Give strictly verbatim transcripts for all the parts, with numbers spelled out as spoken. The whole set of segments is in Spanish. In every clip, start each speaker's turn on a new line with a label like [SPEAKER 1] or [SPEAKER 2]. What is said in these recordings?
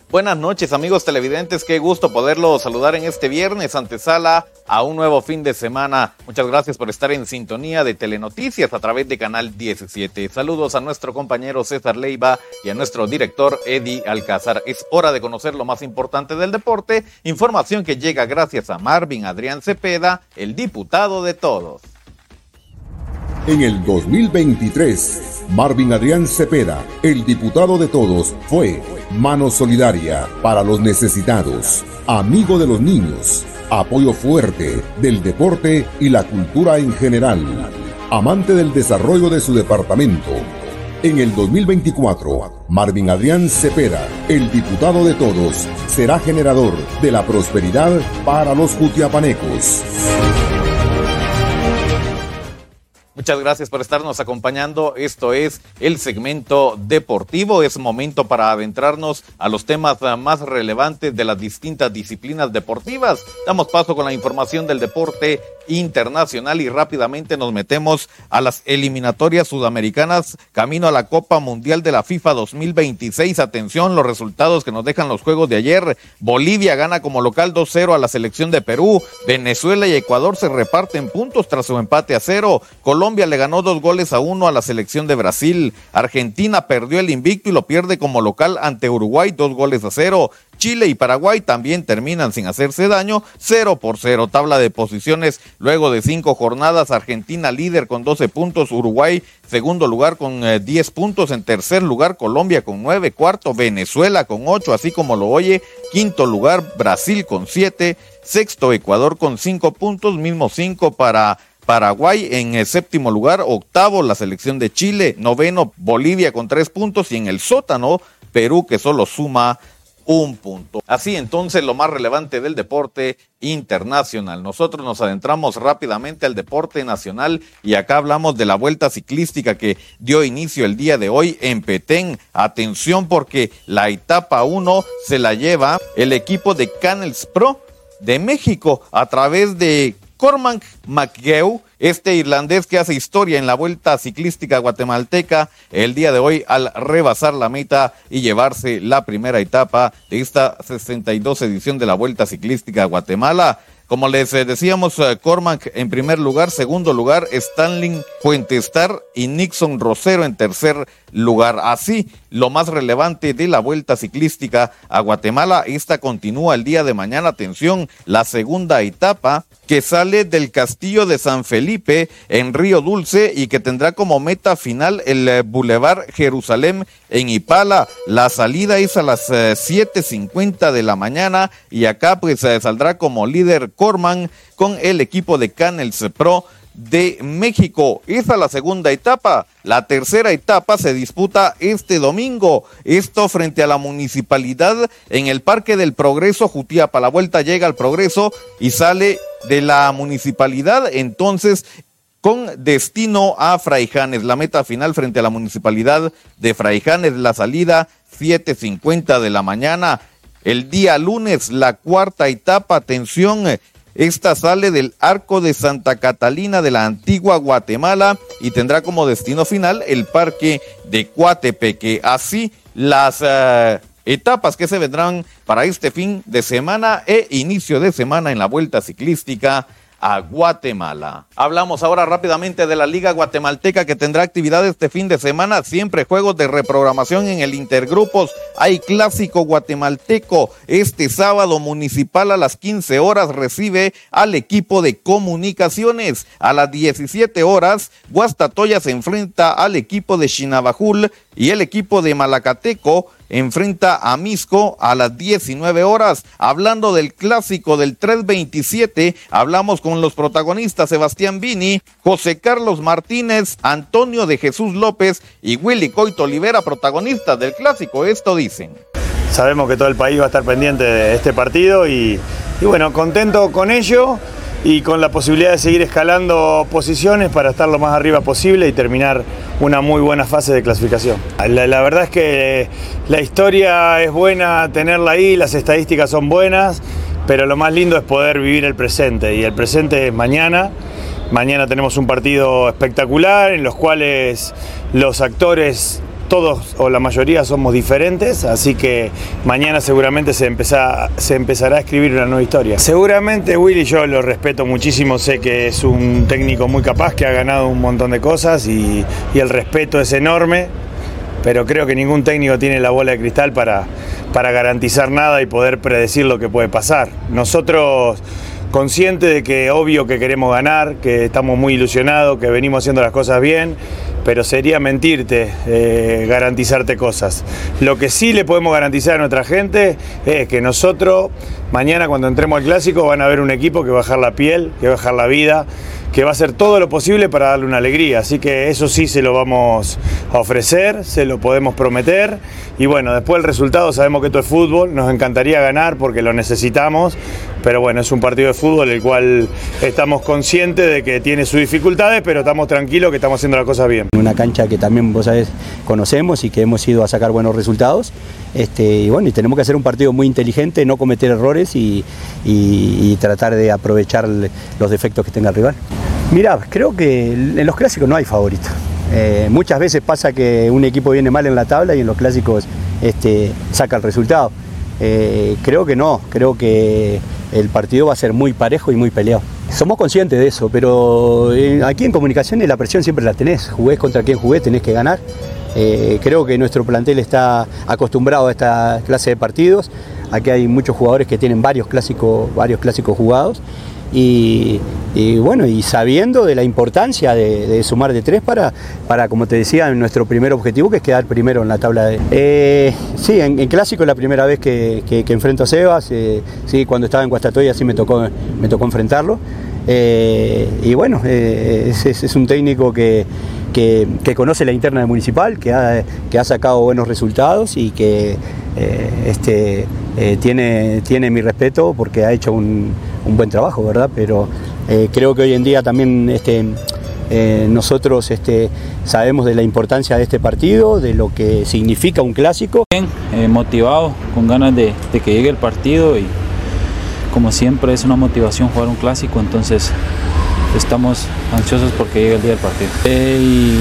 [SPEAKER 1] Buenas noches, amigos televidentes, qué gusto poderlos saludar en este viernes, antesala a un nuevo fin de semana. Muchas gracias por estar en sintonía de Telenoticias a través de Canal diecisiete. Saludos a nuestro compañero César Leiva y a nuestro director Eddie Alcázar. Es hora de conocer lo más importante del deporte, información que llega gracias a Marvin Adrián Cepeda, el diputado de todos.
[SPEAKER 2] En el dos mil veintitrés, Marvin Adrián Cepeda, el diputado de todos, fue mano solidaria para los necesitados, amigo de los niños, apoyo fuerte del deporte y la cultura en general, amante del desarrollo de su departamento. En el dos mil veinticuatro, Marvin Adrián Cepeda, el diputado de todos, será generador de la prosperidad para los jutiapanecos.
[SPEAKER 1] Muchas gracias por estarnos acompañando. Esto es el segmento deportivo. Es momento para adentrarnos a los temas más relevantes de las distintas disciplinas deportivas. Damos paso con la información del deporte internacional y rápidamente nos metemos a las eliminatorias sudamericanas camino a la Copa Mundial de la FIFA dos mil veintiséis. Atención, los resultados que nos dejan los juegos de ayer. Bolivia gana como local dos cero a la selección de Perú. Venezuela y Ecuador se reparten puntos tras su empate a cero. Colombia le ganó dos goles a uno a la selección de Brasil. Argentina perdió el invicto y lo pierde como local ante Uruguay, dos goles a cero. Chile y Paraguay también terminan sin hacerse daño, cero por cero. Tabla de posiciones luego de cinco jornadas. Argentina líder con doce puntos, Uruguay segundo lugar con eh, diez puntos, en tercer lugar Colombia con nueve, cuarto Venezuela con ocho, así como lo oye, quinto lugar Brasil con siete, sexto Ecuador con cinco puntos, mismo cinco para Paraguay en el séptimo lugar, octavo la selección de Chile, noveno Bolivia con tres puntos y en el sótano Perú que solo suma un punto. Así entonces lo más relevante del deporte internacional. Nosotros nos adentramos rápidamente al deporte nacional y acá hablamos de la vuelta ciclística que dio inicio el día de hoy en Petén. Atención porque la etapa uno se la lleva el equipo de Canels Pro de México a través de Cormac McGeoch, este irlandés que hace historia en la Vuelta Ciclística Guatemalteca el día de hoy al rebasar la meta y llevarse la primera etapa de esta sesenta y dos edición de la Vuelta Ciclística Guatemala. Como les decíamos, Cormac en primer lugar, segundo lugar Stanley Fuentestar y Nixon Rosero en tercer lugar. Así, lo más relevante de la Vuelta Ciclística a Guatemala, esta continúa el día de mañana. Atención, la segunda etapa que sale del Castillo de San Felipe en Río Dulce y que tendrá como meta final el Boulevard Jerusalén en Ipala. La salida es a las eh, siete cincuenta de la mañana y acá pues eh, saldrá como líder Corman con el equipo de Canels Pro de México. Esa es la segunda etapa. La tercera etapa se disputa este domingo. Esto frente a la municipalidad en el Parque del Progreso, Jutiapa. La vuelta llega al Progreso y sale de la municipalidad entonces con destino a Fraijanes. La meta final frente a la municipalidad de Fraijanes. La salida siete cincuenta de la mañana. El día lunes, la cuarta etapa, atención, esta sale del Arco de Santa Catalina de la antigua Guatemala y tendrá como destino final el Parque de Coatepeque. Así las uh, etapas que se vendrán para este fin de semana e inicio de semana en la Vuelta Ciclística a Guatemala. Hablamos ahora rápidamente de la Liga Guatemalteca que tendrá actividad este fin de semana, siempre juegos de reprogramación en el Intergrupos. Hay clásico guatemalteco este sábado. Municipal a las quince horas recibe al equipo de Comunicaciones. A las diecisiete horas Guastatoya se enfrenta al equipo de Chinabajul y el equipo de Malacateco enfrenta a Misco a las diecinueve horas. Hablando del clásico del tres veintisiete, hablamos con los protagonistas Sebastián Vini, José Carlos Martínez, Antonio de Jesús López y Willy Coito Olivera, protagonistas del clásico. Esto dicen:
[SPEAKER 3] sabemos que todo el país va a estar pendiente de este partido y, y bueno, contento con ello y con la posibilidad de seguir escalando posiciones para estar lo más arriba posible y terminar una muy buena fase de clasificación. La, la verdad es que la historia es buena tenerla ahí, las estadísticas son buenas, pero lo más lindo es poder vivir el presente, y el presente es mañana. Mañana tenemos un partido espectacular en los cuales los actores todos o la mayoría somos diferentes, así que mañana seguramente se, empezá, se empezará a escribir una nueva historia. Seguramente Willy yo lo respeto muchísimo, sé que es un técnico muy capaz, que ha ganado un montón de cosas y, y el respeto es enorme, pero creo que ningún técnico tiene la bola de cristal para, para garantizar nada y poder predecir lo que puede pasar. Nosotros, conscientes de que obvio que queremos ganar, que estamos muy ilusionados, que venimos haciendo las cosas bien, pero sería mentirte, eh, garantizarte cosas. Lo que sí le podemos garantizar a nuestra gente es que nosotros, mañana cuando entremos al Clásico, van a ver un equipo que va a dejar la piel, que va a dejar la vida, que va a hacer todo lo posible para darle una alegría. Así que eso sí se lo vamos a ofrecer, se lo podemos prometer. Y bueno, después el resultado, sabemos que esto es fútbol, nos encantaría ganar porque lo necesitamos, pero bueno, es un partido de fútbol el cual estamos conscientes de que tiene sus dificultades, pero estamos tranquilos que estamos haciendo las cosas bien.
[SPEAKER 4] Una cancha que también, vos sabés, conocemos y que hemos ido a sacar buenos resultados. Este, y bueno, y tenemos que hacer un partido muy inteligente, no cometer errores y, y, y tratar de aprovechar los defectos que tenga el rival. Mirá, creo que en los clásicos no hay favorito. Eh, muchas veces pasa que un equipo viene mal en la tabla y en los clásicos este, saca el resultado. Eh, creo que no, creo que el partido va a ser muy parejo y muy peleado. Somos conscientes de eso, pero eh, aquí en Comunicaciones la presión siempre la tenés. Jugués contra quien jugués, tenés que ganar. Eh, creo que nuestro plantel está acostumbrado a esta clase de partidos. Aquí hay muchos jugadores que tienen varios clásicos, varios clásicos jugados. Y, y bueno, y sabiendo de la importancia de, de sumar de tres para, para, como te decía, nuestro primer objetivo, que es quedar primero en la tabla de... Eh, sí, en, en Clásico es la primera vez que, que, que enfrento a Sebas, eh, sí, cuando estaba en Guastatoya sí me tocó, me tocó enfrentarlo. Eh, y bueno, eh, es, es, es un técnico que, que, que conoce la interna de Municipal, que ha, que ha sacado buenos resultados y que eh, este, eh, tiene, tiene mi respeto porque ha hecho un, un buen trabajo, ¿verdad? Pero eh, creo que hoy en día también este, eh, nosotros este, sabemos de la importancia de este partido, de lo que significa un clásico.
[SPEAKER 5] Bien, eh, motivado, con ganas de, de que llegue el partido y como siempre es una motivación jugar un clásico, entonces estamos ansiosos porque llegue el día del partido. Eh,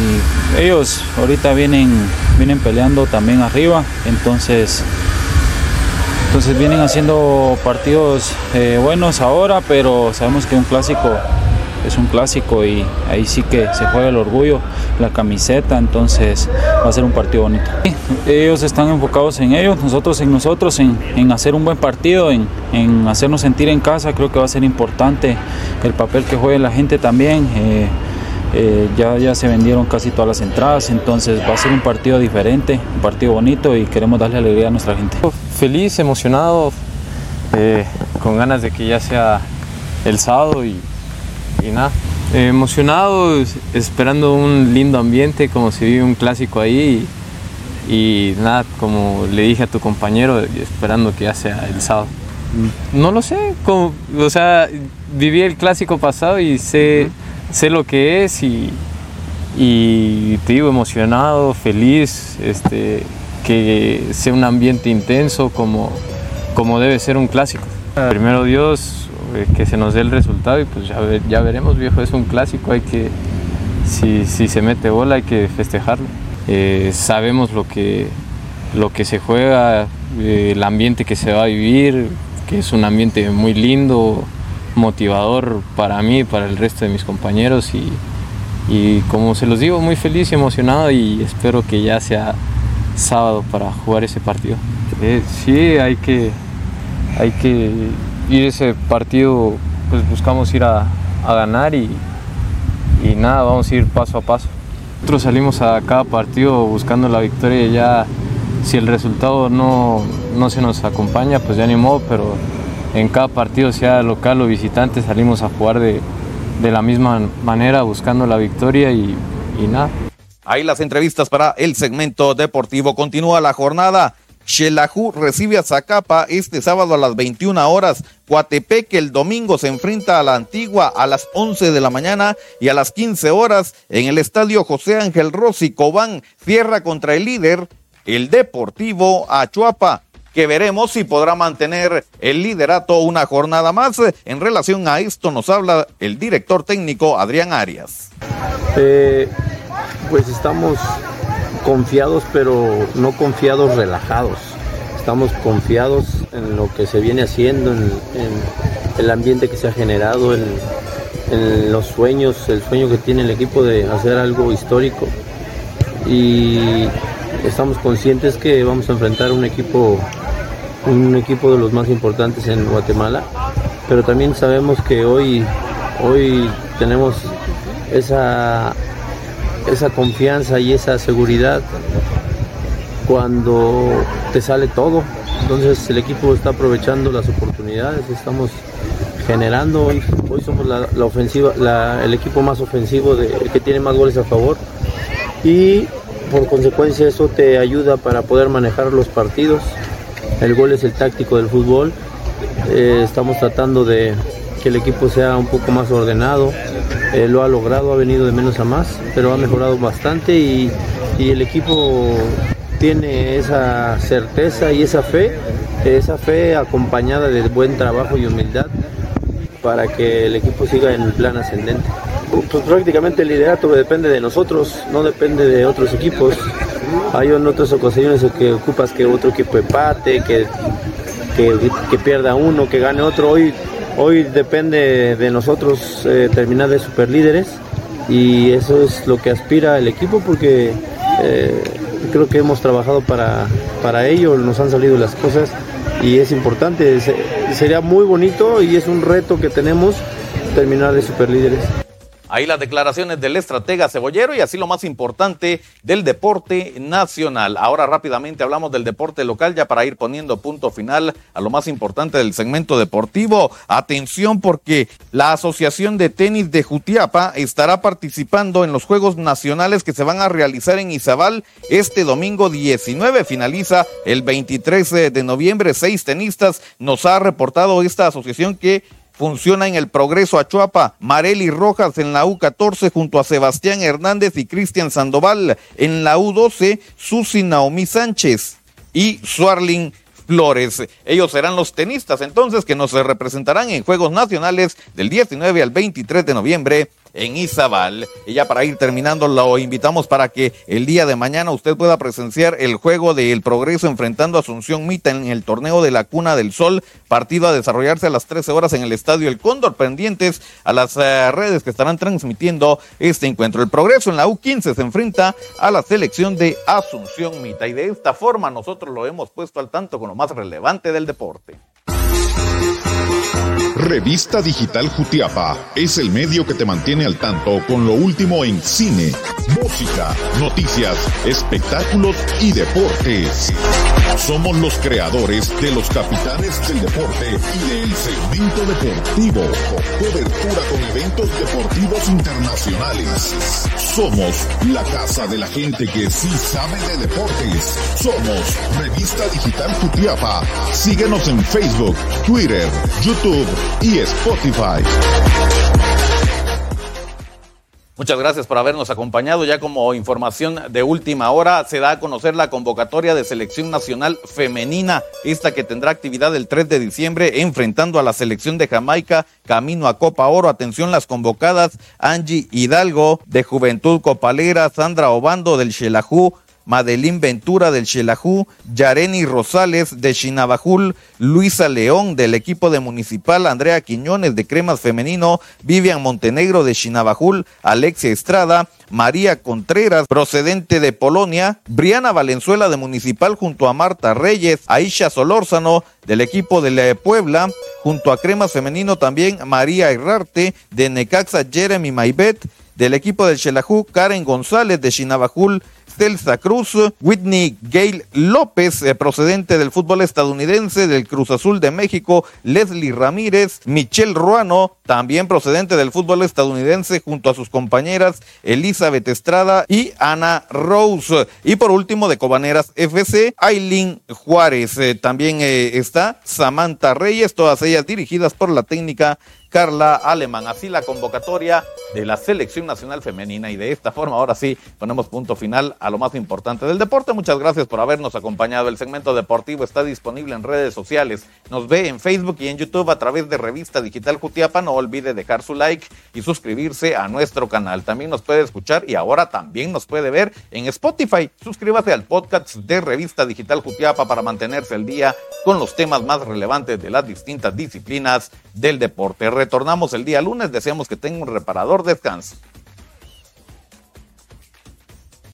[SPEAKER 5] y ellos ahorita vienen, vienen peleando también arriba, entonces, entonces vienen haciendo partidos eh, buenos ahora, pero sabemos que un clásico es un clásico y ahí sí que se juega el orgullo, la camiseta, entonces va a ser un partido bonito. Ellos están enfocados en ellos, nosotros en nosotros, en, en hacer un buen partido, en, en hacernos sentir en casa. Creo que va a ser importante el papel que juegue la gente también. Eh, eh, ya, ya se vendieron casi todas las entradas, entonces va a ser un partido diferente, un partido bonito y queremos darle alegría a nuestra gente.
[SPEAKER 6] Feliz, emocionado, eh, con ganas de que ya sea el sábado y Y nada, eh, emocionado, esperando un lindo ambiente, como se vive un clásico ahí. Y, y nada, como le dije a tu compañero, esperando que ya sea el sábado. No lo sé, como, o sea, viví el clásico pasado y sé, sé lo que es. Y, y te digo, emocionado, feliz, este, que sea un ambiente intenso como, como debe ser un clásico. Primero Dios, que se nos dé el resultado y pues ya, ver, ya veremos, viejo, es un clásico, hay que, si, si se mete bola hay que festejarlo. Eh, sabemos lo que, lo que se juega, eh, el ambiente que se va a vivir, que es un ambiente muy lindo, motivador para mí y para el resto de mis compañeros y, y como se los digo, muy feliz y emocionado y espero que ya sea sábado para jugar ese partido. Eh, sí, hay que, hay que ir ese partido, pues buscamos ir a, a ganar y, y nada, vamos a ir paso a paso. Nosotros salimos a cada partido buscando la victoria y ya si el resultado no, no se nos acompaña, pues ya ni modo, pero en cada partido, sea local o visitante, salimos a jugar de, de la misma manera, buscando la victoria y, y nada.
[SPEAKER 1] Ahí las entrevistas para el segmento deportivo. Continúa la jornada. Xelajú recibe a Zacapa este sábado a las veintiuna horas. Coatepec el domingo se enfrenta a la Antigua a las once de la mañana y a las quince horas en el estadio José Ángel Rossi. Cobán cierra contra el líder, el Deportivo Achuapa, que veremos si podrá mantener el liderato una jornada más. En relación a esto nos habla el director técnico Adrián Arias.
[SPEAKER 7] Eh, pues estamos confiados, pero no confiados relajados. Estamos confiados en lo que se viene haciendo, en, en el ambiente que se ha generado, en, en los sueños, el sueño que tiene el equipo de hacer algo histórico. Y estamos conscientes que vamos a enfrentar un equipo, un equipo de los más importantes en Guatemala, pero también sabemos que hoy, hoy tenemos esa, esa confianza y esa seguridad cuando te sale todo. Entonces el equipo está aprovechando las oportunidades, estamos generando, hoy, hoy somos la, la ofensiva, la, el equipo más ofensivo, de, el que tiene más goles a favor, y por consecuencia eso te ayuda para poder manejar los partidos. El gol es el táctico del fútbol. Eh, estamos tratando de que el equipo sea un poco más ordenado, eh, lo ha logrado, ha venido de menos a más, pero ha mejorado bastante, y, y el equipo tiene esa certeza y esa fe, esa fe acompañada de buen trabajo y humildad para que el equipo siga en el plan ascendente. Pues prácticamente el liderato depende de nosotros, no depende de otros equipos. Hay en otras ocasiones que ocupas que otro equipo empate, que, que, que pierda uno, que gane otro. Hoy, hoy depende de nosotros eh, terminar de superlíderes, y eso es lo que aspira el equipo, porque eh, creo que hemos trabajado para, para ello, nos han salido las cosas y es importante. Sería muy bonito y es un reto que tenemos terminar de superlíderes.
[SPEAKER 1] Ahí las declaraciones del estratega Cebollero, y así lo más importante del deporte nacional. Ahora rápidamente hablamos del deporte local, ya para ir poniendo punto final a lo más importante del segmento deportivo. Atención, porque la Asociación de Tenis de Jutiapa estará participando en los Juegos Nacionales que se van a realizar en Izabal este domingo diecinueve. Finaliza el veintitrés de noviembre. Seis tenistas nos ha reportado esta asociación que funciona en el Progreso Achuapa. Marely Rojas en la U catorce junto a Sebastián Hernández y Cristian Sandoval. En la U doce, Susi Naomi Sánchez y Suarlin Flores. Ellos serán los tenistas entonces que nos representarán en Juegos Nacionales del diecinueve al veintitrés de noviembre en Izabal. Y ya para ir terminando, lo invitamos para que el día de mañana usted pueda presenciar el juego del Progreso enfrentando a Asunción Mita en el torneo de la Cuna del Sol, partido a desarrollarse a las trece horas en el Estadio El Cóndor. Pendientes a las uh, redes que estarán transmitiendo este encuentro. El Progreso en la U quince se enfrenta a la selección de Asunción Mita, y de esta forma nosotros lo hemos puesto al tanto con lo más relevante del deporte.
[SPEAKER 2] Revista Digital Jutiapa es el medio que te mantiene al tanto con lo último en cine, música, noticias, espectáculos y deportes. Somos los creadores de los capitanes del deporte y del segmento deportivo. Cobertura con eventos deportivos internacionales. Somos la casa de la gente que sí sabe de deportes. Somos Revista Digital Jutiapa. Síguenos en Facebook, Twitter, YouTube y Spotify.
[SPEAKER 1] Muchas gracias por habernos acompañado. Ya como información de última hora, se da a conocer la convocatoria de selección nacional femenina, esta que tendrá actividad el tres de diciembre enfrentando a la selección de Jamaica camino a Copa Oro. Atención, las convocadas: Angie Hidalgo de Juventud Copalera, Sandra Obando del Xelajú, Madeline Ventura del Xelajú, Yareni Rosales de Chinabajul, Luisa León del equipo de Municipal, Andrea Quiñones de Cremas Femenino, Vivian Montenegro de Chinabajul, Alexia Estrada, María Contreras procedente de Polonia, Briana Valenzuela de Municipal junto a Marta Reyes, Aisha Solórzano del equipo de la Puebla, junto a Cremas Femenino también María Herrarte de Necaxa, Jeremy Maibet del equipo del Xelajú, Karen González de Chinabajul, Celsa Cruz, Whitney Gail López, eh, procedente del fútbol estadounidense del Cruz Azul de México, Leslie Ramírez, Michelle Ruano, también procedente del fútbol estadounidense, junto a sus compañeras Elizabeth Estrada y Ana Rose. Y por último, de Cobaneras F C, Aileen Juárez. Eh, también eh, está Samantha Reyes, todas ellas dirigidas por la técnica Carla Alemán. Así la convocatoria de la Selección Nacional Femenina, y de esta forma ahora sí ponemos punto final a lo más importante del deporte. Muchas gracias por habernos acompañado. El segmento deportivo está disponible en redes sociales. Nos ve en Facebook y en YouTube a través de Revista Digital Jutiapa. No olvide dejar su like y suscribirse a nuestro canal. También nos puede escuchar y ahora también nos puede ver en Spotify. Suscríbase al podcast de Revista Digital Jutiapa para mantenerse al día con los temas más relevantes de las distintas disciplinas del deporte. Retornamos el día lunes. Deseamos que tenga un reparador descanso.